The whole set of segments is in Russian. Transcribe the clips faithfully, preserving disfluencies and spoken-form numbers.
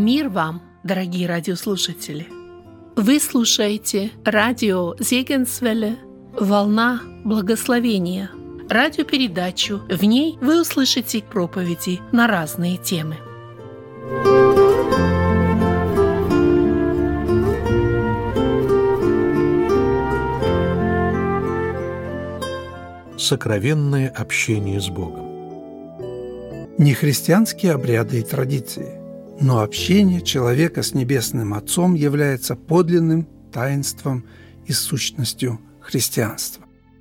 Мир вам, дорогие радиослушатели! Вы слушаете радио Зегенсвелле «Волна благословения», радиопередачу. В ней вы услышите проповеди на разные темы. Сокровенное общение с Богом. Не христианские обряды и традиции, но общение человека с Небесным Отцом является подлинным таинством и сущностью христианства.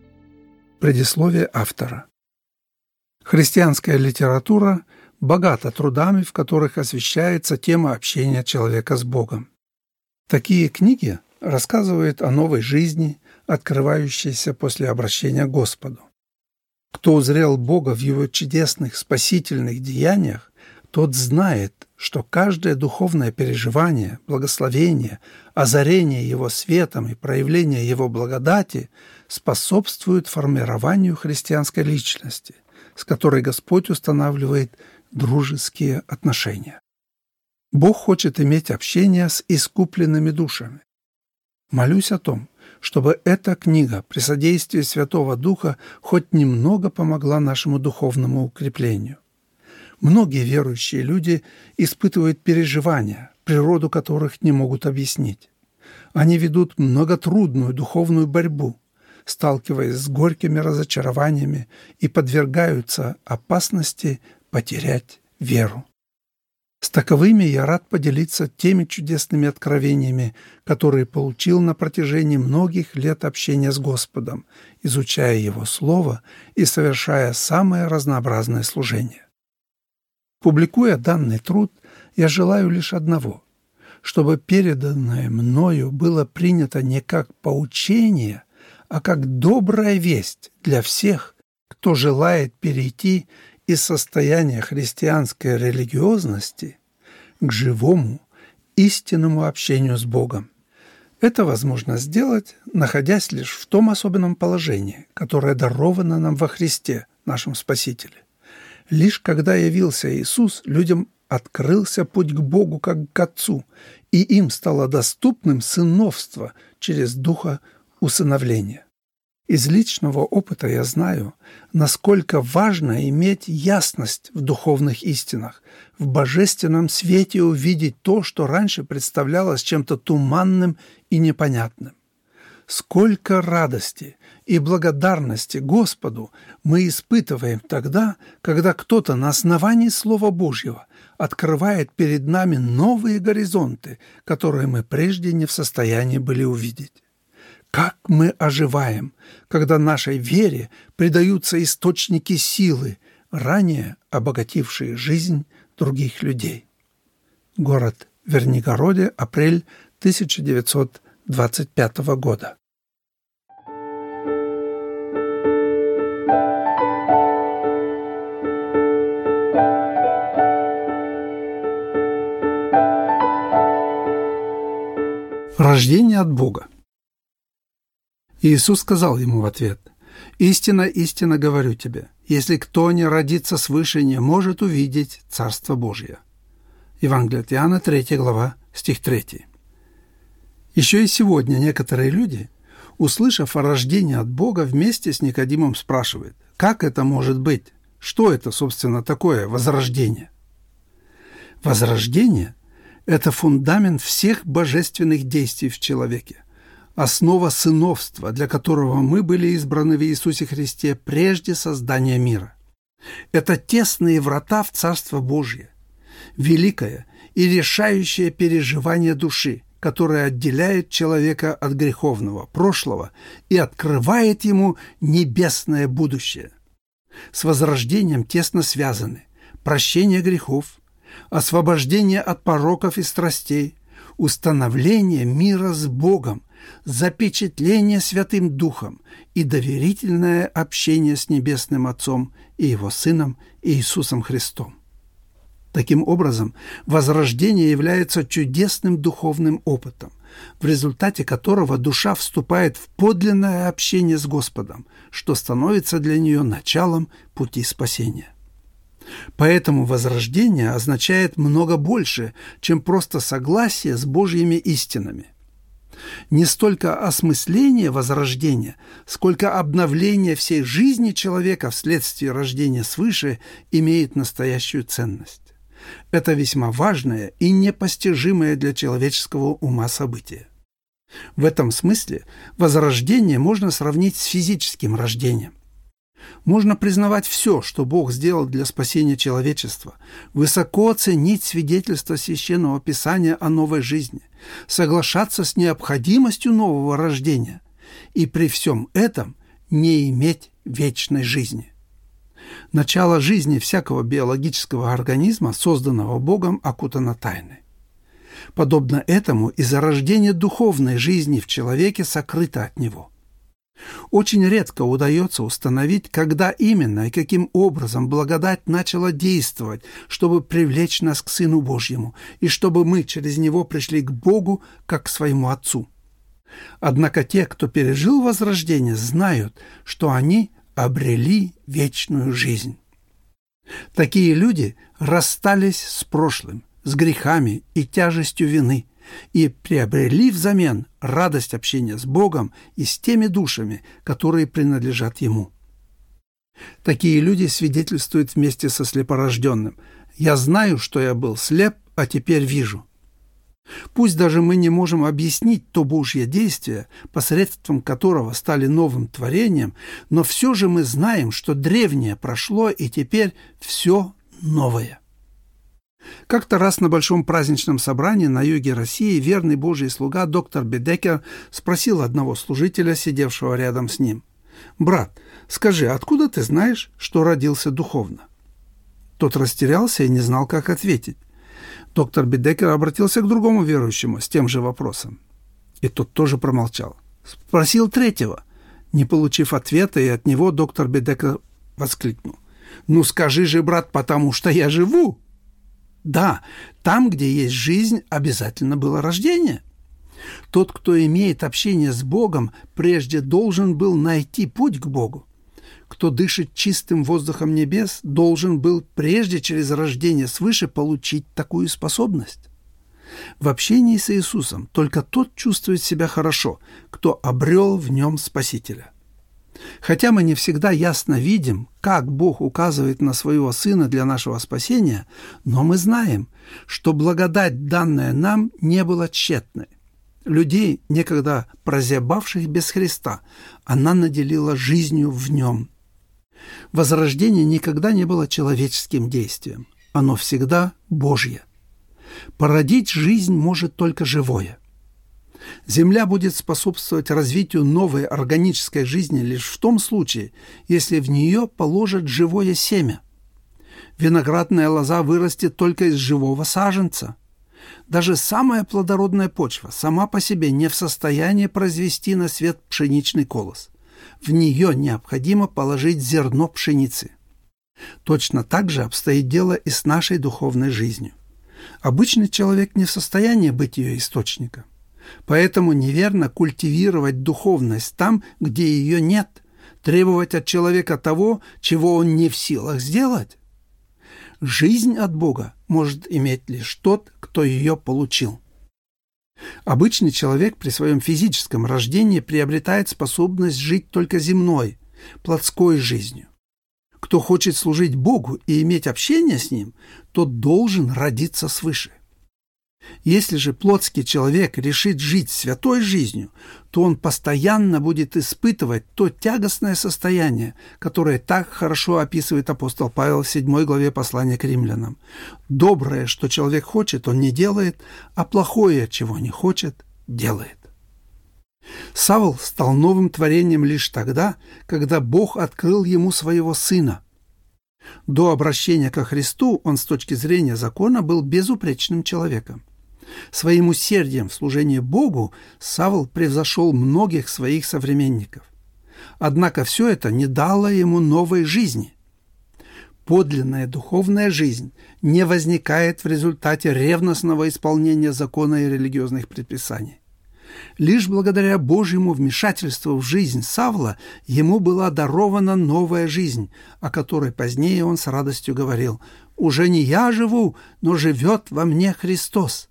Предисловие автора. Христианская литература богата трудами, в которых освещается тема общения человека с Богом. Такие книги рассказывают о новой жизни, открывающейся после обращения к Господу. Кто узрел Бога в Его чудесных спасительных деяниях, тот знает, что каждое духовное переживание, благословение, озарение Его светом и проявление Его благодати способствует формированию христианской личности, с которой Господь устанавливает дружеские отношения. Бог хочет иметь общение с искупленными душами. Молюсь о том, чтобы эта книга при содействии Святого Духа хоть немного помогла нашему духовному укреплению. Многие верующие люди испытывают переживания, природу которых не могут объяснить. Они ведут многотрудную духовную борьбу, сталкиваясь с горькими разочарованиями и подвергаются опасности потерять веру. С таковыми я рад поделиться теми чудесными откровениями, которые получил на протяжении многих лет общения с Господом, изучая Его Слово и совершая самое разнообразное служение. Публикуя данный труд, я желаю лишь одного – чтобы переданное мною было принято не как поучение, а как добрая весть для всех, кто желает перейти из состояния христианской религиозности к живому, истинному общению с Богом. Это возможно сделать, находясь лишь в том особенном положении, которое даровано нам во Христе, нашем Спасителе. Лишь когда явился Иисус, людям открылся путь к Богу как к Отцу, и им стало доступным сыновство через Духа усыновления. Из личного опыта я знаю, насколько важно иметь ясность в духовных истинах, в божественном свете увидеть то, что раньше представлялось чем-то туманным и непонятным. Сколько радости и благодарности Господу мы испытываем тогда, когда кто-то на основании Слова Божьего открывает перед нами новые горизонты, которые мы прежде не в состоянии были увидеть. Как мы оживаем, когда нашей вере придаются источники силы, ранее обогатившие жизнь других людей. Город Вернигороде, апрель тысяча девятьсот двадцать пятого года. Рождение от Бога. Иисус сказал ему в ответ: «Истинно, истинно говорю тебе, если кто не родится свыше, не может увидеть Царство Божие». Евангелие от Иоанна, третья глава, стих третий. Еще и сегодня некоторые люди, услышав о рождении от Бога, вместе с Никодимом спрашивают: как это может быть? Что это, собственно, такое возрождение? Возрождение – это фундамент всех божественных действий в человеке, основа сыновства, для которого мы были избраны в Иисусе Христе прежде создания мира. Это тесные врата в Царство Божье, великое и решающее переживание души, которое отделяет человека от греховного прошлого и открывает ему небесное будущее. С возрождением тесно связаны прощение грехов, освобождение от пороков и страстей, установление мира с Богом, запечатление Святым Духом и доверительное общение с Небесным Отцом и Его Сыном Иисусом Христом. Таким образом, возрождение является чудесным духовным опытом, в результате которого душа вступает в подлинное общение с Господом, что становится для нее началом пути спасения. Поэтому возрождение означает много больше, чем просто согласие с Божьими истинами. Не столько осмысление возрождения, сколько обновление всей жизни человека вследствие рождения свыше имеет настоящую ценность. Это весьма важное и непостижимое для человеческого ума событие. В этом смысле возрождение можно сравнить с физическим рождением. Можно признавать все, что Бог сделал для спасения человечества, высоко оценить свидетельство Священного Писания о новой жизни, соглашаться с необходимостью нового рождения и при всем этом не иметь вечной жизни. Начало жизни всякого биологического организма, созданного Богом, окутано тайной. Подобно этому и зарождение духовной жизни в человеке сокрыто от него. Очень редко удается установить, когда именно и каким образом благодать начала действовать, чтобы привлечь нас к Сыну Божьему, и чтобы мы через Него пришли к Богу, как к своему Отцу. Однако те, кто пережил возрождение, знают, что они обрели вечную жизнь. Такие люди расстались с прошлым, с грехами и тяжестью вины, и приобрели взамен радость общения с Богом и с теми душами, которые принадлежат Ему. Такие люди свидетельствуют вместе со слепорожденным: «Я знаю, что я был слеп, а теперь вижу». Пусть даже мы не можем объяснить то Божье действие, посредством которого стали новым творением, но все же мы знаем, что древнее прошло, и теперь все новое. Как-то раз на большом праздничном собрании на юге России верный Божий слуга доктор Бедекер спросил одного служителя, сидевшего рядом с ним: «Брат, скажи, откуда ты знаешь, что родился духовно?» Тот растерялся и не знал, как ответить. Доктор Бедекер обратился к другому верующему с тем же вопросом. И тот тоже промолчал. Спросил третьего. Не получив ответа, и от него доктор Бедекер воскликнул: «Ну скажи же, брат, потому что я живу!» Да, там, где есть жизнь, обязательно было рождение. Тот, кто имеет общение с Богом, прежде должен был найти путь к Богу. Кто дышит чистым воздухом небес, должен был прежде через рождение свыше получить такую способность. В общении с Иисусом только тот чувствует себя хорошо, кто обрел в нем Спасителя. Хотя мы не всегда ясно видим, как Бог указывает на своего Сына для нашего спасения, но мы знаем, что благодать, данная нам, не была тщетной. Людей, некогда прозябавших без Христа, она наделила жизнью в нем. Возрождение никогда не было человеческим действием. Оно всегда Божье. Породить жизнь может только живое. Земля будет способствовать развитию новой органической жизни лишь в том случае, если в нее положат живое семя. Виноградная лоза вырастет только из живого саженца. Даже самая плодородная почва сама по себе не в состоянии произвести на свет пшеничный колос. В нее необходимо положить зерно пшеницы. Точно так же обстоит дело и с нашей духовной жизнью. Обычный человек не в состоянии быть ее источником. Поэтому неверно культивировать духовность там, где ее нет, требовать от человека того, чего он не в силах сделать. Жизнь от Бога может иметь лишь тот, кто ее получил. Обычный человек при своем физическом рождении приобретает способность жить только земной, плотской жизнью. Кто хочет служить Богу и иметь общение с Ним, тот должен родиться свыше. Если же плотский человек решит жить святой жизнью, то он постоянно будет испытывать то тягостное состояние, которое так хорошо описывает апостол Павел в седьмой главе послания к римлянам. Доброе, что человек хочет, он не делает, а плохое, чего не хочет, делает. Савл стал новым творением лишь тогда, когда Бог открыл ему своего сына. До обращения ко Христу он с точки зрения закона был безупречным человеком. Своим усердием в служении Богу Савл превзошел многих своих современников. Однако все это не дало ему новой жизни. Подлинная духовная жизнь не возникает в результате ревностного исполнения закона и религиозных предписаний. Лишь благодаря Божьему вмешательству в жизнь Савла ему была дарована новая жизнь, о которой позднее он с радостью говорил: «Уже не я живу, но живет во мне Христос».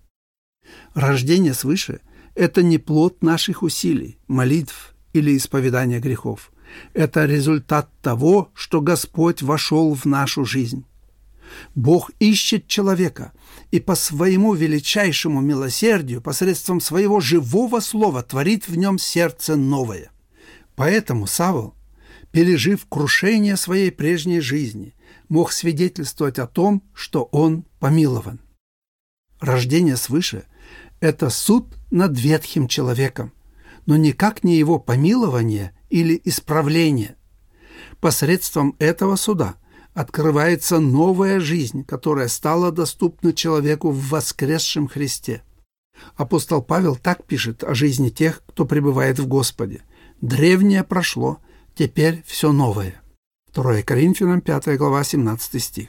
Рождение свыше – это не плод наших усилий, молитв или исповедания грехов. Это результат того, что Господь вошел в нашу жизнь. Бог ищет человека и по своему величайшему милосердию посредством своего живого слова творит в нем сердце новое. Поэтому Савл, пережив крушение своей прежней жизни, мог свидетельствовать о том, что он помилован. Рождение свыше – это суд над ветхим человеком, но никак не его помилование или исправление. Посредством этого суда открывается новая жизнь, которая стала доступна человеку в воскресшем Христе. Апостол Павел так пишет о жизни тех, кто пребывает в Господе: «Древнее прошло, теперь все новое». второе Коринфянам пятая глава, семнадцатый стих.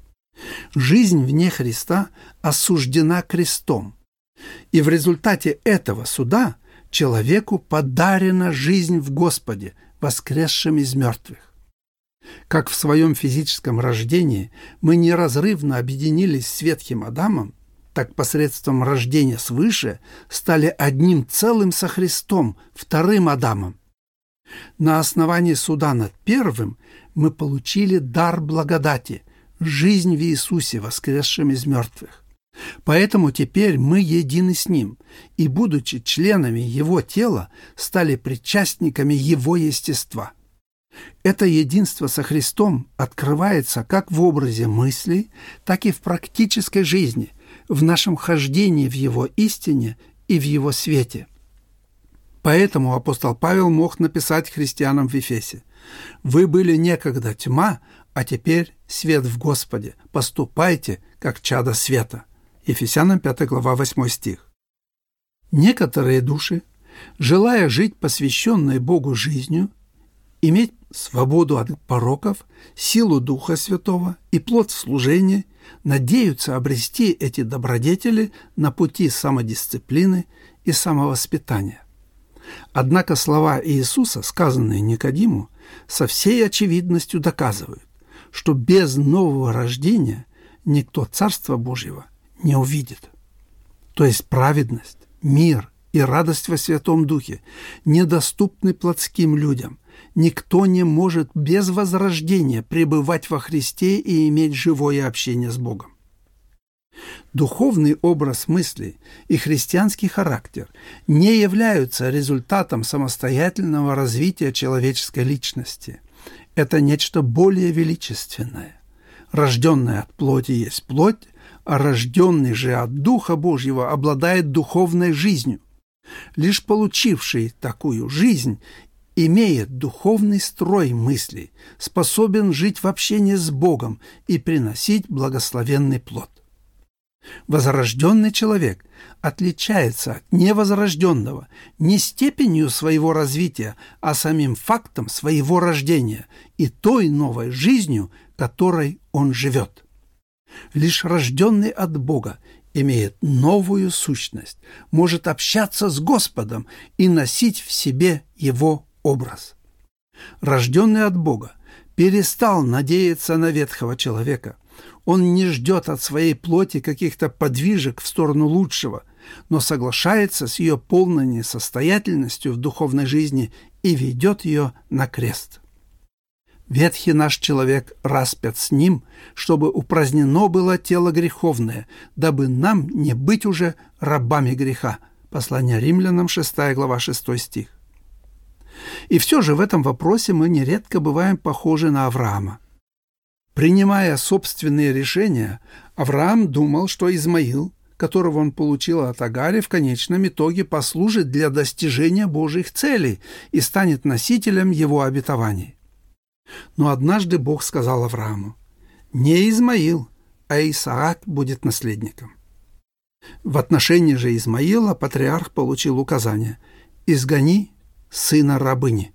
Жизнь вне Христа осуждена крестом, и в результате этого суда человеку подарена жизнь в Господе, воскресшем из мертвых. Как в своем физическом рождении мы неразрывно объединились с ветхим Адамом, так посредством рождения свыше стали одним целым со Христом, вторым Адамом. На основании суда над первым мы получили дар благодати, жизнь в Иисусе, воскресшем из мертвых. Поэтому теперь мы едины с Ним, и, будучи членами Его тела, стали причастниками Его естества. Это единство со Христом открывается как в образе мыслей, так и в практической жизни, в нашем хождении в Его истине и в Его свете. Поэтому апостол Павел мог написать христианам в Ефесе: «Вы были некогда тьма, а теперь свет в Господе. Поступайте, как чада света». Ефесянам пятая глава, восьмой стих. Некоторые души, желая жить посвященной Богу жизнью, иметь свободу от пороков, силу Духа Святого и плод служения, надеются обрести эти добродетели на пути самодисциплины и самовоспитания. Однако слова Иисуса, сказанные Никодиму, со всей очевидностью доказывают, что без нового рождения никто Царства Божьего не увидит. То есть праведность, мир и радость во Святом Духе недоступны плотским людям. Никто не может без возрождения пребывать во Христе и иметь живое общение с Богом. Духовный образ мысли и христианский характер не являются результатом самостоятельного развития человеческой личности. Это нечто более величественное. Рожденное от плоти есть плоть, а рожденный же от Духа Божьего обладает духовной жизнью. Лишь получивший такую жизнь имеет духовный строй мыслей, способен жить в общении с Богом и приносить благословенный плод. Возрожденный человек отличается от невозрожденного не степенью своего развития, а самим фактом своего рождения и той новой жизнью, которой он живет. Лишь рожденный от Бога имеет новую сущность, может общаться с Господом и носить в себе Его образ. Рожденный от Бога перестал надеяться на ветхого человека. Он не ждет от своей плоти каких-то подвижек в сторону лучшего, но соглашается с ее полной несостоятельностью в духовной жизни и ведет ее на крест. Ветхий наш человек распят с ним, чтобы упразднено было тело греховное, дабы нам не быть уже рабами греха. Послание Римлянам, шестая глава, шестой стих. И все же в этом вопросе мы нередко бываем похожи на Авраама. Принимая собственные решения, Авраам думал, что Измаил, которого он получил от Агари, в конечном итоге послужит для достижения Божьих целей и станет носителем его обетований. Но однажды Бог сказал Аврааму: «Не Измаил, а Исаак будет наследником». В отношении же Измаила патриарх получил указание: «Изгони сына рабыни».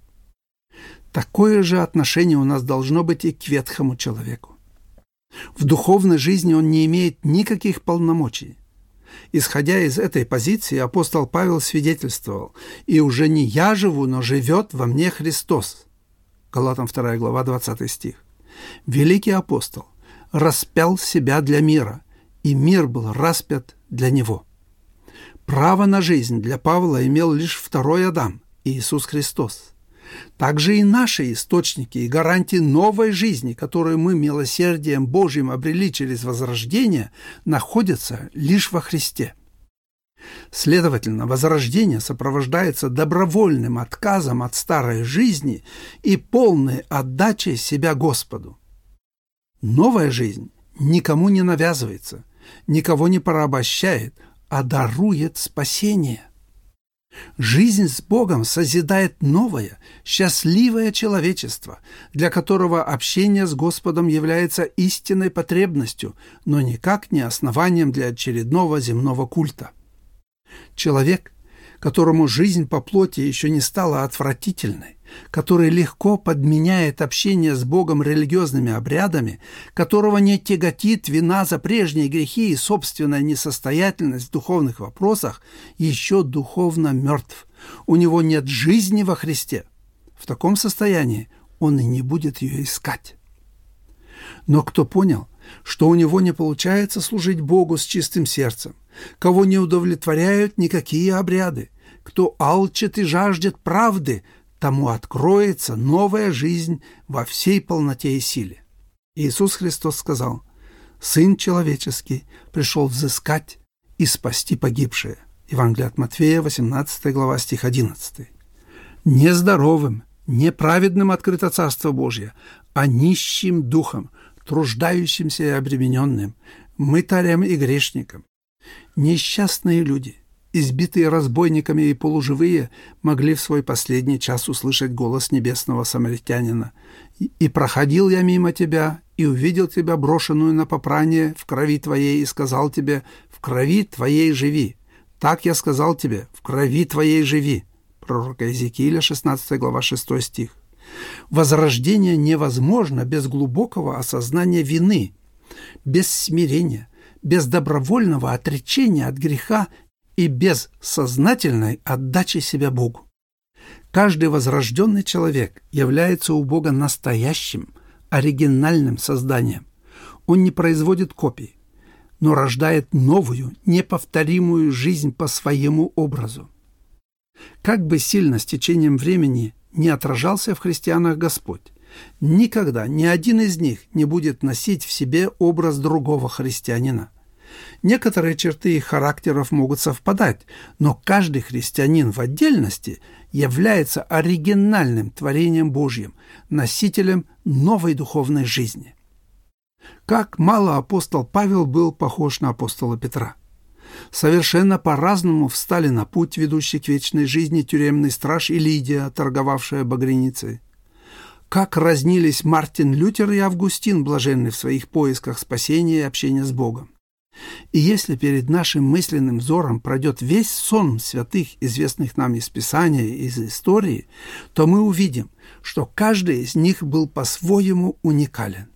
Такое же отношение у нас должно быть и к ветхому человеку. В духовной жизни он не имеет никаких полномочий. Исходя из этой позиции, апостол Павел свидетельствовал: «И уже не я живу, но живет во мне Христос». Галатам вторая глава, двадцатый стих. Великий апостол распял себя для мира, и мир был распят для него. Право на жизнь для Павла имел лишь второй Адам, Иисус Христос. Также и наши источники и гарантии новой жизни, которую мы милосердием Божьим обрели через возрождение, находятся лишь во Христе. Следовательно, возрождение сопровождается добровольным отказом от старой жизни и полной отдачей себя Господу. Новая жизнь никому не навязывается, никого не порабощает, а дарует спасение. Жизнь с Богом созидает новое, счастливое человечество, для которого общение с Господом является истинной потребностью, но никак не основанием для очередного земного культа. Человек, которому жизнь по плоти еще не стала отвратительной, который легко подменяет общение с Богом религиозными обрядами, которого не тяготит вина за прежние грехи и собственная несостоятельность в духовных вопросах, еще духовно мертв. У него нет жизни во Христе. В таком состоянии он и не будет ее искать. Но кто понял, что у него не получается служить Богу с чистым сердцем, кого не удовлетворяют никакие обряды, кто алчит и жаждет правды, тому откроется новая жизнь во всей полноте и силе. Иисус Христос сказал: «Сын человеческий пришел взыскать и спасти погибшие». Евангелие от Матфея, восемнадцатая глава, стих одиннадцатый. Нездоровым, неправедным открыто Царство Божье, а нищим духом, труждающимся и обремененным, мытарям и грешникам. Несчастные люди, избитые разбойниками и полуживые, могли в свой последний час услышать голос небесного самаритянина: «И проходил я мимо тебя, и увидел тебя брошенную на попрание в крови твоей, и сказал тебе: в крови твоей живи. Так я сказал тебе: в крови твоей живи». Пророка Иезекииля, шестнадцатая глава, шестой стих. Возрождение невозможно без глубокого осознания вины, без смирения, без добровольного отречения от греха и без сознательной отдачи себя Богу. Каждый возрожденный человек является у Бога настоящим, оригинальным созданием. Он не производит копий, но рождает новую, неповторимую жизнь по своему образу. Как бы сильно с течением времени не отражался в христианах Господь, никогда ни один из них не будет носить в себе образ другого христианина. Некоторые черты их характеров могут совпадать, но каждый христианин в отдельности является оригинальным творением Божьим, носителем новой духовной жизни. Как мало апостол Павел был похож на апостола Петра. Совершенно по-разному встали на путь, ведущий к вечной жизни, тюремный страж и Лидия, торговавшая багряницей. Как разнились Мартин Лютер и Августин, блаженный в своих поисках спасения и общения с Богом. И если перед нашим мысленным взором пройдет весь сон святых, известных нам из Писания и из истории, то мы увидим, что каждый из них был по-своему уникален.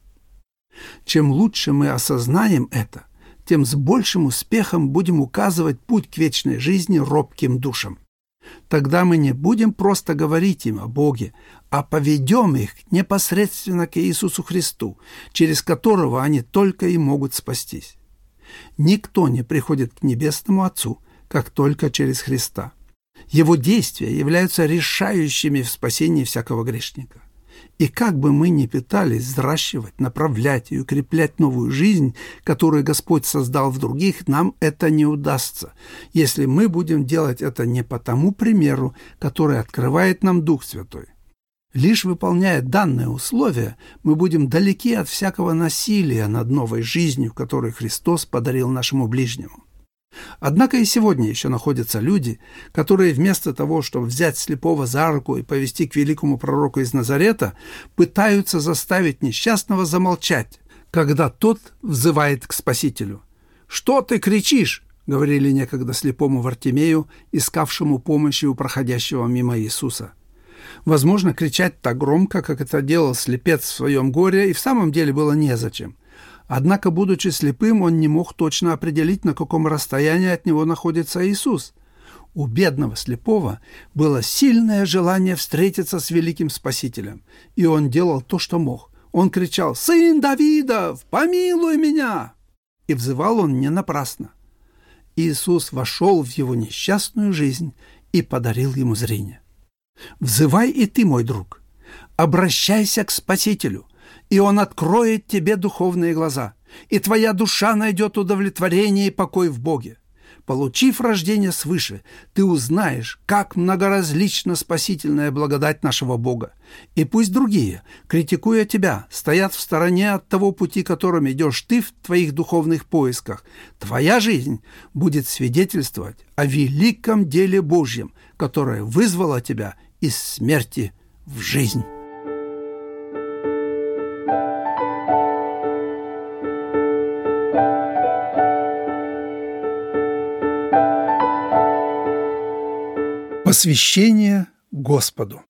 Чем лучше мы осознаем это, тем с большим успехом будем указывать путь к вечной жизни робким душам. Тогда мы не будем просто говорить им о Боге, а поведем их непосредственно к Иисусу Христу, через которого они только и могут спастись. Никто не приходит к Небесному Отцу, как только через Христа. Его действия являются решающими в спасении всякого грешника. И как бы мы ни пытались взращивать, направлять и укреплять новую жизнь, которую Господь создал в других, нам это не удастся, если мы будем делать это не по тому примеру, который открывает нам Дух Святой. Лишь выполняя данное условие, мы будем далеки от всякого насилия над новой жизнью, которую Христос подарил нашему ближнему. Однако и сегодня еще находятся люди, которые вместо того, чтобы взять слепого за руку и повести к великому пророку из Назарета, пытаются заставить несчастного замолчать, когда тот взывает к Спасителю. «Что ты кричишь?» — говорили некогда слепому Вартимею, искавшему помощи у проходящего мимо Иисуса. Возможно, кричать так громко, как это делал слепец в своем горе, и в самом деле было незачем. Однако, будучи слепым, он не мог точно определить, на каком расстоянии от него находится Иисус. У бедного слепого было сильное желание встретиться с великим Спасителем, и он делал то, что мог. Он кричал: «Сын Давидов, помилуй меня!» И взывал он не напрасно. Иисус вошел в его несчастную жизнь и подарил ему зрение. Взывай и ты, мой друг, обращайся к Спасителю, и Он откроет тебе духовные глаза, и твоя душа найдет удовлетворение и покой в Боге. Получив рождение свыше, ты узнаешь, как многоразлична спасительная благодать нашего Бога. И пусть другие, критикуя тебя, стоят в стороне от того пути, которым идешь ты в твоих духовных поисках, твоя жизнь будет свидетельствовать о великом деле Божьем, которое вызвало тебя из смерти в жизнь. Посвящение Господу.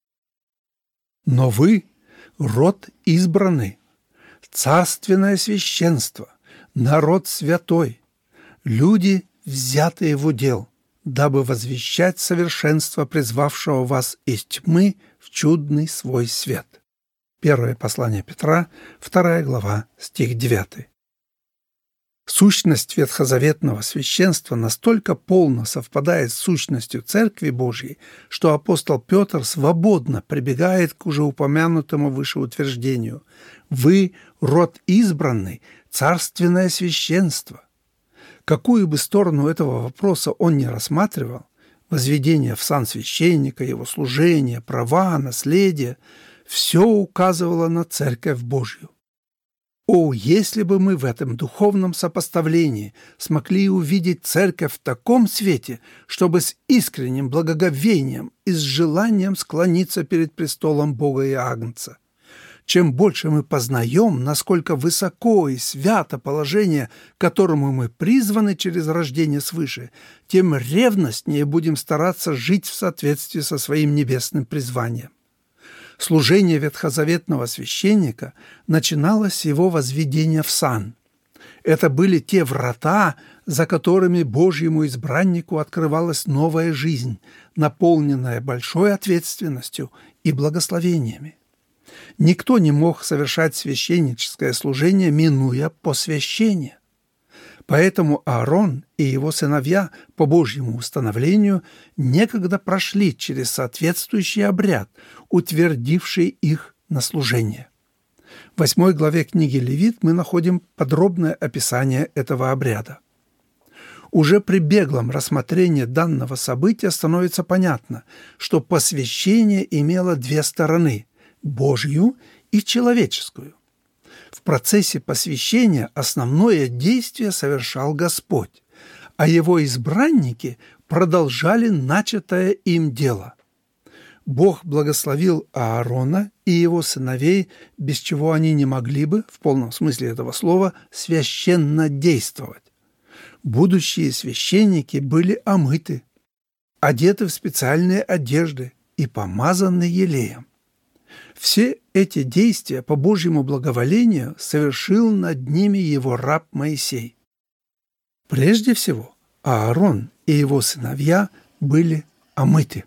Но вы – род избранный, царственное священство, народ святой, люди, взятые в удел, дабы возвещать совершенство призвавшего вас из тьмы в чудный свой свет. Первое послание Петра, вторая глава, стих девятый. Сущность ветхозаветного священства настолько полно совпадает с сущностью Церкви Божьей, что апостол Петр свободно прибегает к уже упомянутому выше утверждению: «Вы – род избранный, царственное священство». Какую бы сторону этого вопроса он ни рассматривал – возведение в сан священника, его служение, права, наследие – все указывало на Церковь Божью. О, если бы мы в этом духовном сопоставлении смогли увидеть Церковь в таком свете, чтобы с искренним благоговением и с желанием склониться перед престолом Бога и Агнца. Чем больше мы познаем, насколько высоко и свято положение, к которому мы призваны через рождение свыше, тем ревностнее будем стараться жить в соответствии со своим небесным призванием. Служение ветхозаветного священника начиналось с его возведения в сан. Это были те врата, за которыми Божьему избраннику открывалась новая жизнь, наполненная большой ответственностью и благословениями. Никто не мог совершать священническое служение, минуя посвящение. Поэтому Аарон и его сыновья по Божьему установлению некогда прошли через соответствующий обряд, утвердивший их на служение. В восьмой главе книги Левит мы находим подробное описание этого обряда. Уже при беглом рассмотрении данного события становится понятно, что посвящение имело две стороны – Божью и человеческую. В процессе посвящения основное действие совершал Господь, а его избранники продолжали начатое им дело. Бог благословил Аарона и его сыновей, без чего они не могли бы, в полном смысле этого слова, священно действовать. Будущие священники были омыты, одеты в специальные одежды и помазаны елеем. Все эти действия по Божьему благоволению совершил над ними его раб Моисей. Прежде всего, Аарон и его сыновья были омыты.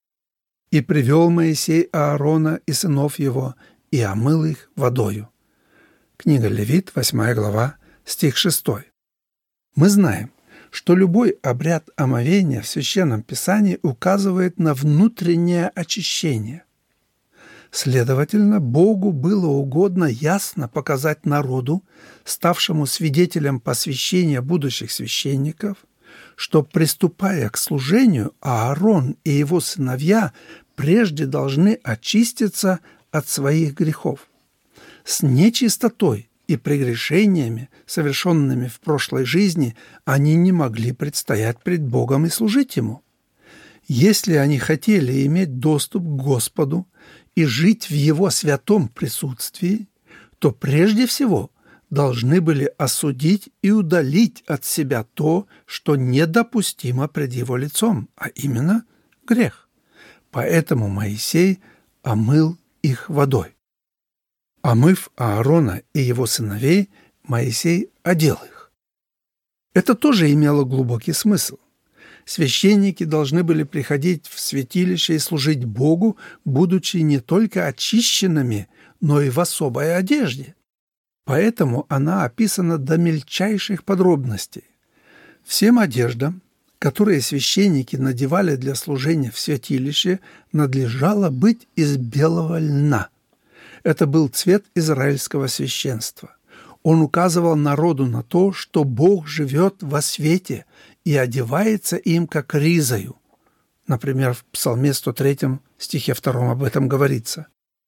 «И привел Моисей Аарона и сынов его, и омыл их водою». Книга Левит, восьмая глава, стих шестой. Мы знаем, что любой обряд омовения в Священном Писании указывает на внутреннее очищение. Следовательно, Богу было угодно ясно показать народу, ставшему свидетелем посвящения будущих священников, что, приступая к служению, Аарон и его сыновья прежде должны очиститься от своих грехов. С нечистотой и прегрешениями, совершенными в прошлой жизни, они не могли предстоять пред Богом и служить Ему. Если они хотели иметь доступ к Господу и жить в Его святом присутствии, то прежде всего должны были осудить и удалить от себя то, что недопустимо пред Его лицом, а именно грех. Поэтому Моисей омыл их водой. Омыв Аарона и его сыновей, Моисей одел их. Это тоже имело глубокий смысл. Священники должны были приходить в святилище и служить Богу, будучи не только очищенными, но и в особой одежде. Поэтому она описана до мельчайших подробностей. Всем одеждам, которые священники надевали для служения в святилище, надлежало быть из белого льна. Это был цвет израильского священства. Он указывал народу на то, что Бог живет во свете и одевается им как ризою. Например, в Псалме сто третьем стихе втором об этом говорится.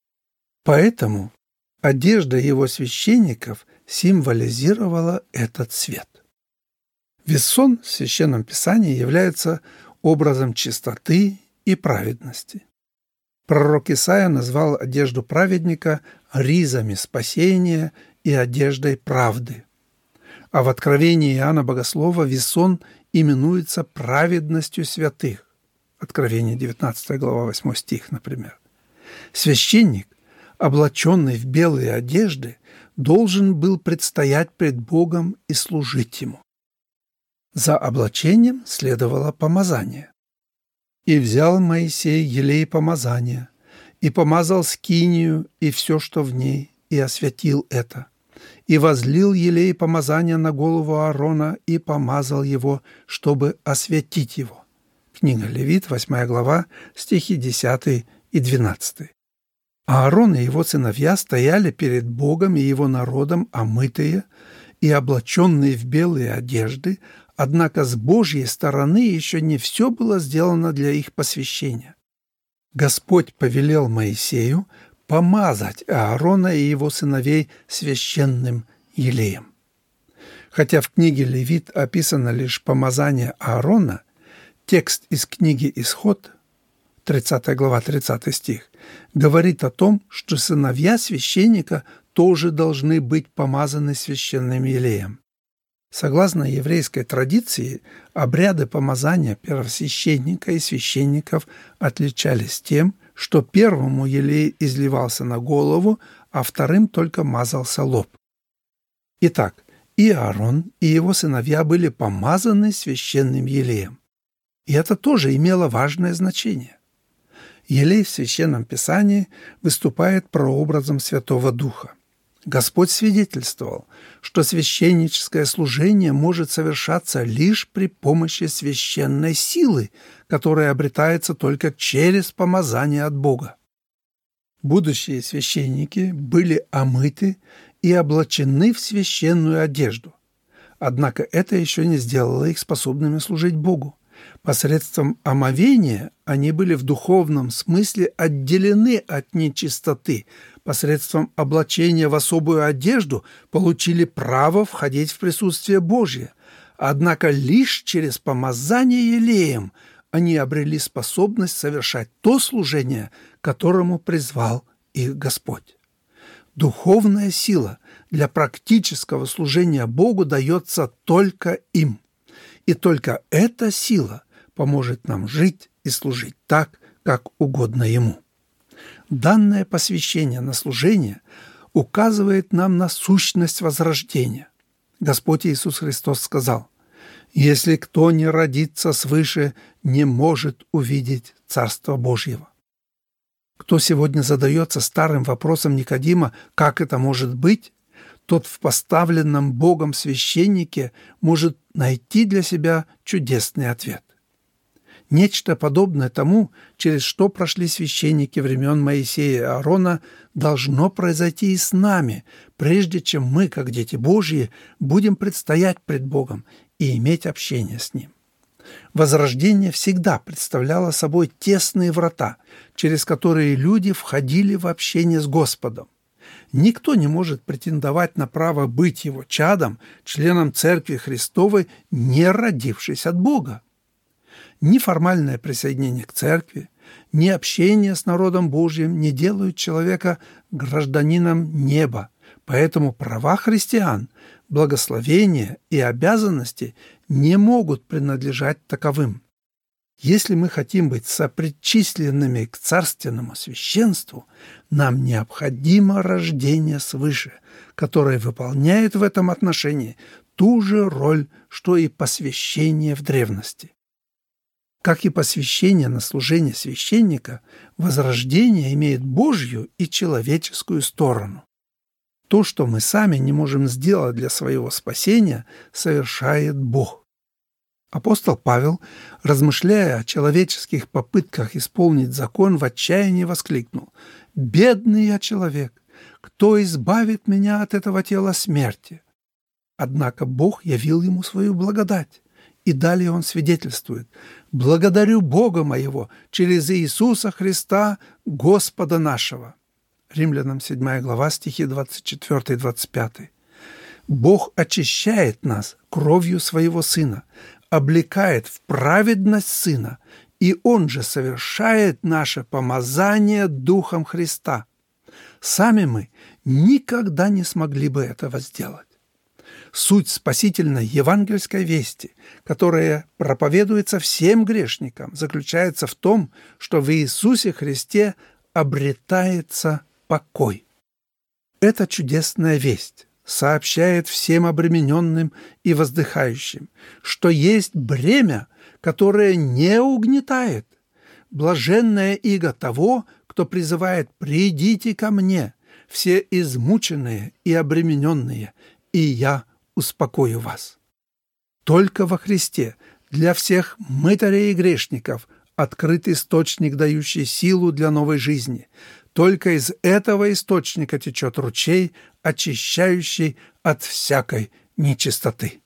Поэтому одежда его священников символизировала этот цвет. Вессон в Священном Писании является образом чистоты и праведности. Пророк Исаия назвал одежду праведника ризами спасения и одеждой правды. А в Откровении Иоанна Богослова вессон именуется праведностью святых. Откровение девятнадцатая глава, восьмой стих, например. Священник, облаченный в белые одежды, должен был предстоять пред Богом и служить Ему. За облачением следовало помазание. «И взял Моисей елей помазания, и помазал скинию и все, что в ней, и осветил это. И возлил елей помазания на голову Аарона и помазал его, чтобы осветить его». Книга Левит, восьмая глава, стихи десятый и двенадцатый. Аарон и его сыновья стояли перед Богом и его народом омытые и облаченные в белые одежды, однако с Божьей стороны еще не все было сделано для их посвящения. Господь повелел Моисею помазать Аарона и его сыновей священным елеем. Хотя в книге Левит описано лишь помазание Аарона, текст из книги Исход, тридцатая глава, тридцатый стих, говорит о том, что сыновья священника тоже должны быть помазаны священным елеем. Согласно еврейской традиции, обряды помазания первосвященника и священников отличались тем, что первому елей изливался на голову, а вторым только мазался лоб. Итак, и Аарон, и его сыновья были помазаны священным елеем. И это тоже имело важное значение. Елей в Священном Писании выступает прообразом Святого Духа. Господь свидетельствовал, что священническое служение может совершаться лишь при помощи священной силы, которая обретается только через помазание от Бога. Будущие священники были омыты и облачены в священную одежду. Однако это еще не сделало их способными служить Богу. Посредством омовения они были в духовном смысле отделены от нечистоты, посредством облачения в особую одежду получили право входить в присутствие Божье. Однако лишь через помазание елеем они обрели способность совершать то служение, к которому призвал их Господь. Духовная сила для практического служения Богу дается только им. И только эта сила поможет нам жить и служить так, как угодно Ему. Данное посвящение на служение указывает нам на сущность возрождения. Господь Иисус Христос сказал: «Если кто не родится свыше, не может увидеть Царство Божьего». Кто сегодня задается старым вопросом Никодима, как это может быть, тот в поставленном Богом священнике может найти для себя чудесный ответ. Нечто подобное тому, через что прошли священники времен Моисея и Аарона, должно произойти и с нами, прежде чем мы, как дети Божьи, будем предстоять пред Богом и иметь общение с Ним. Возрождение всегда представляло собой тесные врата, через которые люди входили в общение с Господом. Никто не может претендовать на право быть его чадом, членом Церкви Христовой, не родившись от Бога. Ни формальное присоединение к Церкви, ни общение с народом Божьим не делают человека гражданином неба, поэтому права христиан, благословения и обязанности не могут принадлежать таковым. Если мы хотим быть сопричисленными к царственному священству, нам необходимо рождение свыше, которое выполняет в этом отношении ту же роль, что и посвящение в древности. Как и посвящение на служение священника, возрождение имеет Божью и человеческую сторону. То, что мы сами не можем сделать для своего спасения, совершает Бог. Апостол Павел, размышляя о человеческих попытках исполнить закон, в отчаянии воскликнул: «Бедный я человек! Кто избавит меня от этого тела смерти?» Однако Бог явил ему свою благодать. И далее он свидетельствует: «Благодарю Бога моего через Иисуса Христа, Господа нашего». Римлянам седьмая глава, стихи двадцать четыре двадцать пять. Бог очищает нас кровью Своего Сына, облекает в праведность Сына, и Он же совершает наше помазание Духом Христа. Сами мы никогда не смогли бы этого сделать. Суть спасительной евангельской вести, которая проповедуется всем грешникам, заключается в том, что в Иисусе Христе обретается покой. Эта чудесная весть сообщает всем обремененным и воздыхающим, что есть бремя, которое не угнетает. Блаженная иго того, кто призывает: «Придите ко мне, все измученные и обремененные, и я успокою вас». Только во Христе для всех мытарей и грешников открыт источник, дающий силу для новой жизни. Только из этого источника течет ручей, очищающий от всякой нечистоты.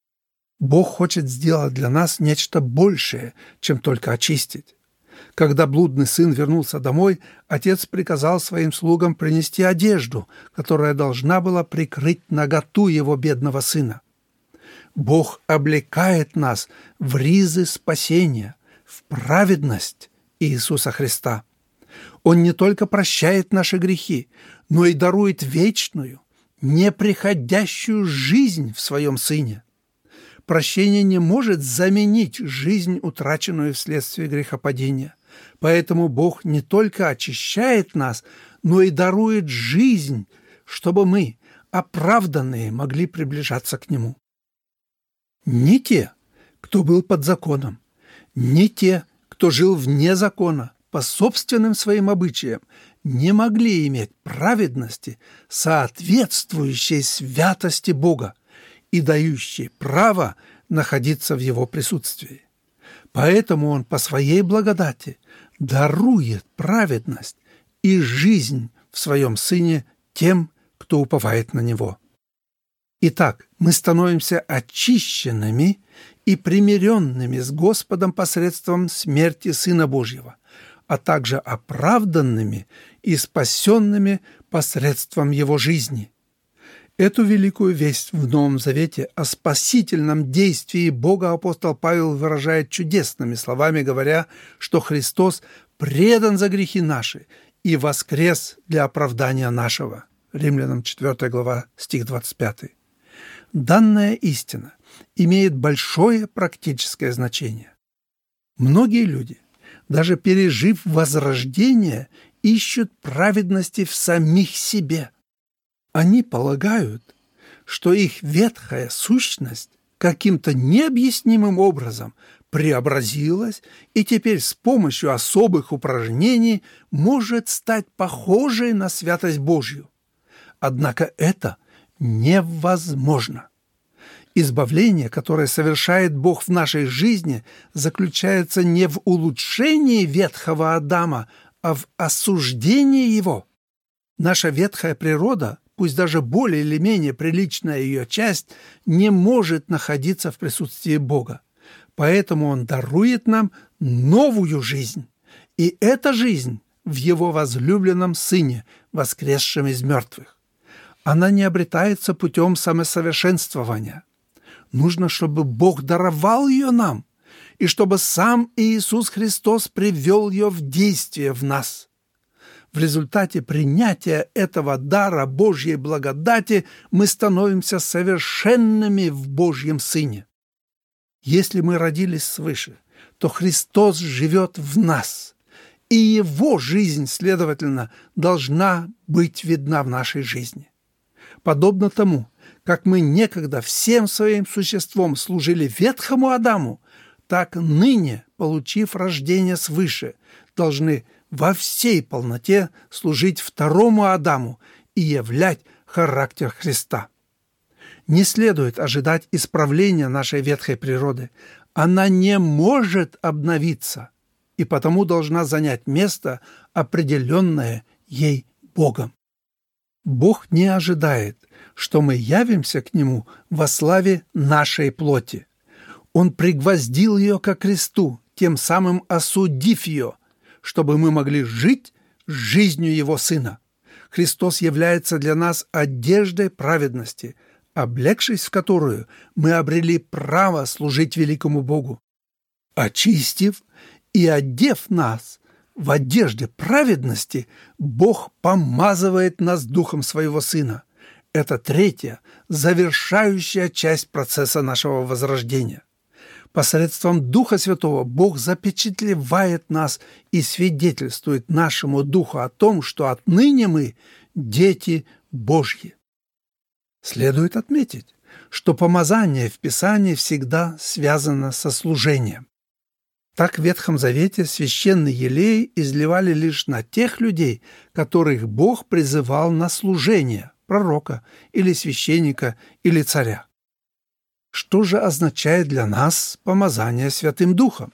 Бог хочет сделать для нас нечто большее, чем только очистить. Когда блудный сын вернулся домой, отец приказал своим слугам принести одежду, которая должна была прикрыть наготу его бедного сына. Бог облекает нас в ризы спасения, в праведность Иисуса Христа. Он не только прощает наши грехи, но и дарует вечную, неприходящую жизнь в Своем Сыне. Прощение не может заменить жизнь, утраченную вследствие грехопадения. Поэтому Бог не только очищает нас, но и дарует жизнь, чтобы мы, оправданные, могли приближаться к Нему. Не те, кто был под законом, не те, кто жил вне закона, по собственным своим обычаям, не могли иметь праведности, соответствующей святости Бога и дающей право находиться в Его присутствии. Поэтому Он по Своей благодати дарует праведность и жизнь в Своем Сыне тем, кто уповает на Него. Итак, мы становимся очищенными и примиренными с Господом посредством смерти Сына Божьего, а также оправданными и спасенными посредством Его жизни. Эту великую весть в Новом Завете о спасительном действии Бога апостол Павел выражает чудесными словами, говоря, что Христос предан за грехи наши и воскрес для оправдания нашего. Римлянам четвёртая глава, стих двадцать пятый. Данная истина имеет большое практическое значение. Многие люди, даже пережив возрождение, ищут праведности в самих себе. Они полагают, что их ветхая сущность каким-то необъяснимым образом преобразилась и теперь с помощью особых упражнений может стать похожей на святость Божью. Однако это невозможно. Избавление, которое совершает Бог в нашей жизни, заключается не в улучшении ветхого Адама, а в осуждении его. Наша ветхая природа, пусть даже более или менее приличная ее часть, не может находиться в присутствии Бога. Поэтому Он дарует нам новую жизнь. И эта жизнь в Его возлюбленном Сыне, воскресшем из мертвых. Она не обретается путем самосовершенствования. Нужно, чтобы Бог даровал ее нам, и чтобы сам Иисус Христос привел ее в действие в нас. В результате принятия этого дара Божьей благодати мы становимся совершенными в Божьем Сыне. Если мы родились свыше, то Христос живет в нас, и Его жизнь, следовательно, должна быть видна в нашей жизни. Подобно тому, как мы некогда всем своим существом служили ветхому Адаму, так ныне, получив рождение свыше, должны во всей полноте служить второму Адаму и являть характер Христа. Не следует ожидать исправления нашей ветхой природы. Она не может обновиться, и потому должна занять место, определенное ей Богом. Бог не ожидает, что мы явимся к Нему во славе нашей плоти. Он пригвоздил ее ко кресту, тем самым осудив ее, чтобы мы могли жить жизнью Его Сына. Христос является для нас одеждой праведности, облегшись в которую мы обрели право служить великому Богу. Очистив и одев нас в одежде праведности, Бог помазывает нас Духом Своего Сына. Это третья, завершающая часть процесса нашего возрождения. Посредством Духа Святого Бог запечатлевает нас и свидетельствует нашему Духу о том, что отныне мы дети Божьи. Следует отметить, что помазание в Писании всегда связано со служением. Так в Ветхом Завете священный елей изливали лишь на тех людей, которых Бог призывал на служение, пророка или священника или царя. Что же означает для нас помазание Святым Духом?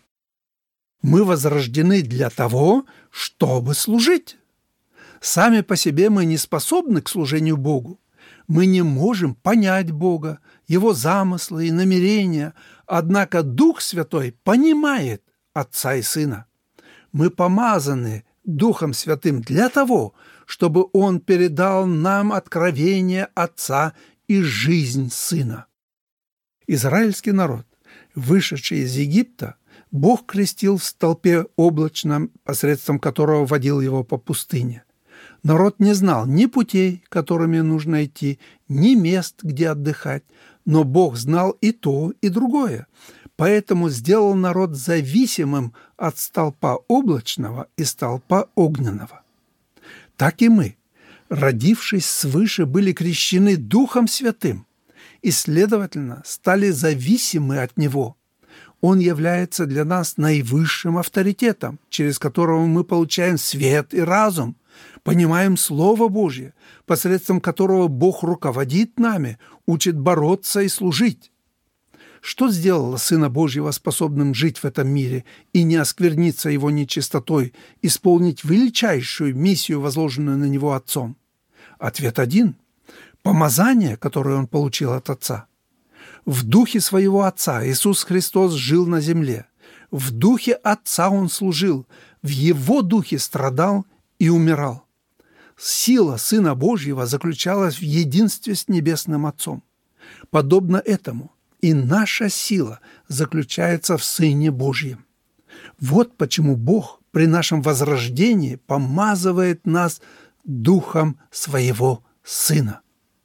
Мы возрождены для того, чтобы служить. Сами по себе мы не способны к служению Богу. Мы не можем понять Бога, Его замыслы и намерения, однако Дух Святой понимает Отца и Сына. Мы помазаны Духом Святым для того, чтобы Он передал нам откровение Отца и жизнь Сына. Израильский народ, вышедший из Египта, Бог крестил в столпе облачном, посредством которого водил его по пустыне. Народ не знал ни путей, которыми нужно идти, ни мест, где отдыхать, но Бог знал и то, и другое, поэтому сделал народ зависимым от столпа облачного и столпа огненного. Так и мы, родившись свыше, были крещены Духом Святым и, следовательно, стали зависимы от Него. Он является для нас наивысшим авторитетом, через которого мы получаем свет и разум, понимаем Слово Божье, посредством которого Бог руководит нами, учит бороться и служить. Что сделало Сына Божьего способным жить в этом мире и не оскверниться его нечистотой, исполнить величайшую миссию, возложенную на него Отцом? Ответ один – помазание, которое он получил от Отца. В духе своего Отца Иисус Христос жил на земле. В духе Отца Он служил, в Его духе страдал и умирал. Сила Сына Божьего заключалась в единстве с Небесным Отцом. Подобно этому и наша сила заключается в Сыне Божьем. Вот почему Бог при нашем возрождении помазывает нас Духом Своего Сына.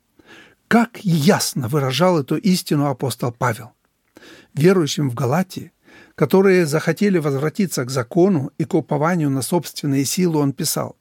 Как ясно выражал эту истину апостол Павел. Верующим в Галатии, которые захотели возвратиться к закону и к упованию на собственные силы, он писал: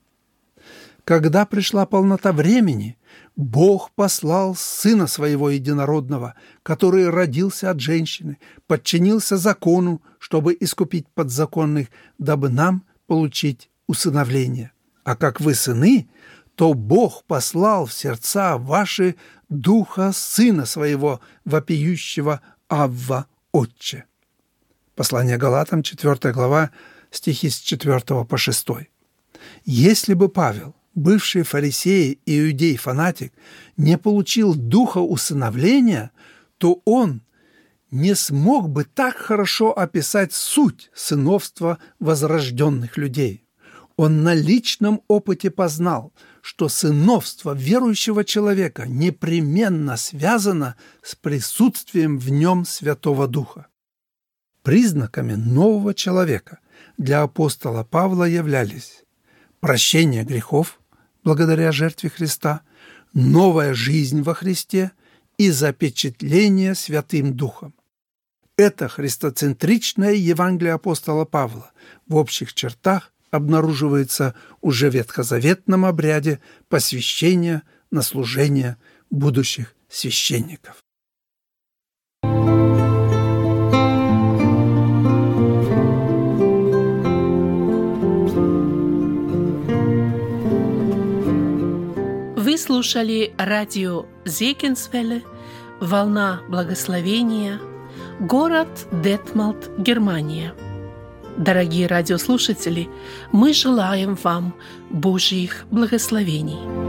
«Когда пришла полнота времени, Бог послал Сына Своего Единородного, который родился от женщины, подчинился закону, чтобы искупить подзаконных, дабы нам получить усыновление. А как вы сыны, то Бог послал в сердца ваши Духа Сына Своего, вопиющего Авва, Отче». Послание Галатам, четвёртая глава, стихи с четвёртого по шестой. Если бы Павел, бывший фарисей и иудей-фанатик, не получил духа усыновления, то он не смог бы так хорошо описать суть сыновства возрожденных людей. Он на личном опыте познал, что сыновство верующего человека непременно связано с присутствием в нем Святого Духа. Признаками нового человека для апостола Павла являлись прощение грехов благодаря жертве Христа, новая жизнь во Христе и запечатление Святым Духом. Это христоцентричное Евангелие апостола Павла в общих чертах обнаруживается уже в ветхозаветном обряде посвящения на служение будущих священников. Вы слушали радио Зегенсвелле, «Волна благословения», город Детмалт, Германия. Дорогие радиослушатели, мы желаем вам Божьих благословений.